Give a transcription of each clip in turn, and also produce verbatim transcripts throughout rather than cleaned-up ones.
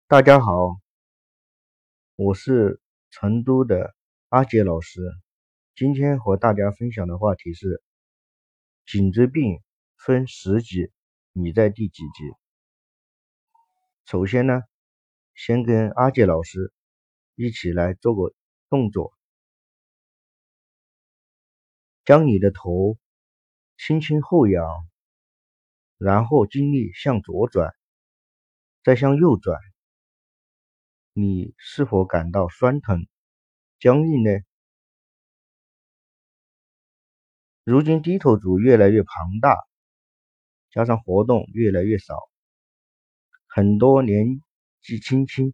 大家好，我是成都的阿杰老师。今天和大家分享的话题是颈椎病分十级，你在第几级？首先呢，先跟阿杰老师一起来做个动作，将你的头轻轻后仰，然后精力向左转，再向右转。你是否感到酸疼、僵硬呢？如今低头族越来越庞大，加上活动越来越少，很多年纪轻轻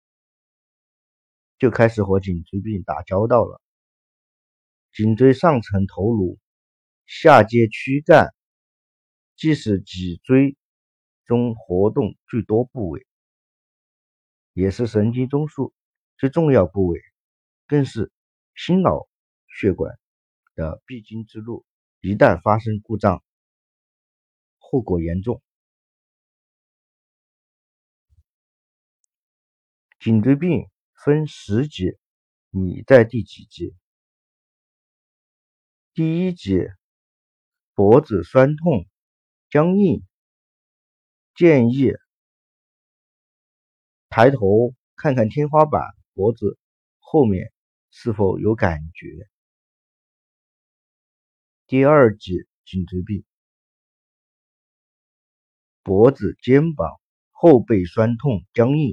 就开始和颈椎病打交道了。颈椎上层头颅，下接躯干，既是脊椎中活动最多部位，也是神经中枢最重要部位，更是心脑血管的必经之路。一旦发生故障，后果严重。颈椎病分十级，你在第几级？第一级，脖子酸痛、僵硬，建议抬头看看天花板，脖子后面是否有感觉。第二级颈椎病，脖子、肩膀、后背酸痛、僵硬。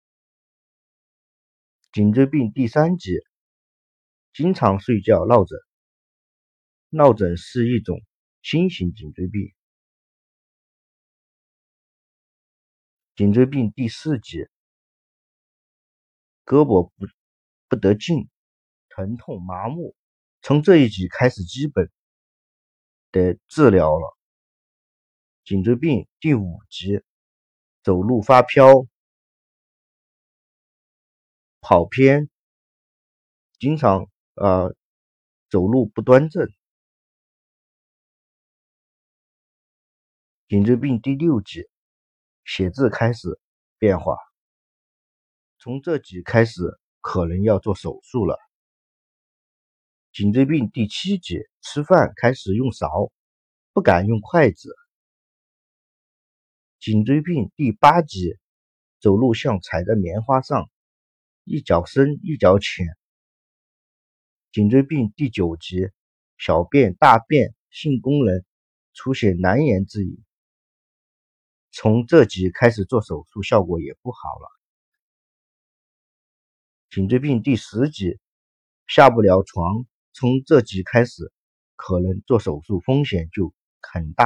颈椎病第三级，经常睡觉落枕，落枕是一种新型颈椎病。颈椎病第四级，胳膊不不得劲，疼痛麻木，从这一级开始基本的治疗了。颈椎病第五级，走路发飘，跑偏，经常呃走路不端正。颈椎病第六级，写字开始变化，从这级开始可能要做手术了。颈椎病第七级，吃饭开始用勺，不敢用筷子。颈椎病第八级，走路像踩在棉花上，一脚深一脚浅。颈椎病第九级，小便大便性功能出现难言之隐，从这级开始做手术效果也不好了。颈椎病第十级，下不了床，从这级开始可能做手术风险就很大。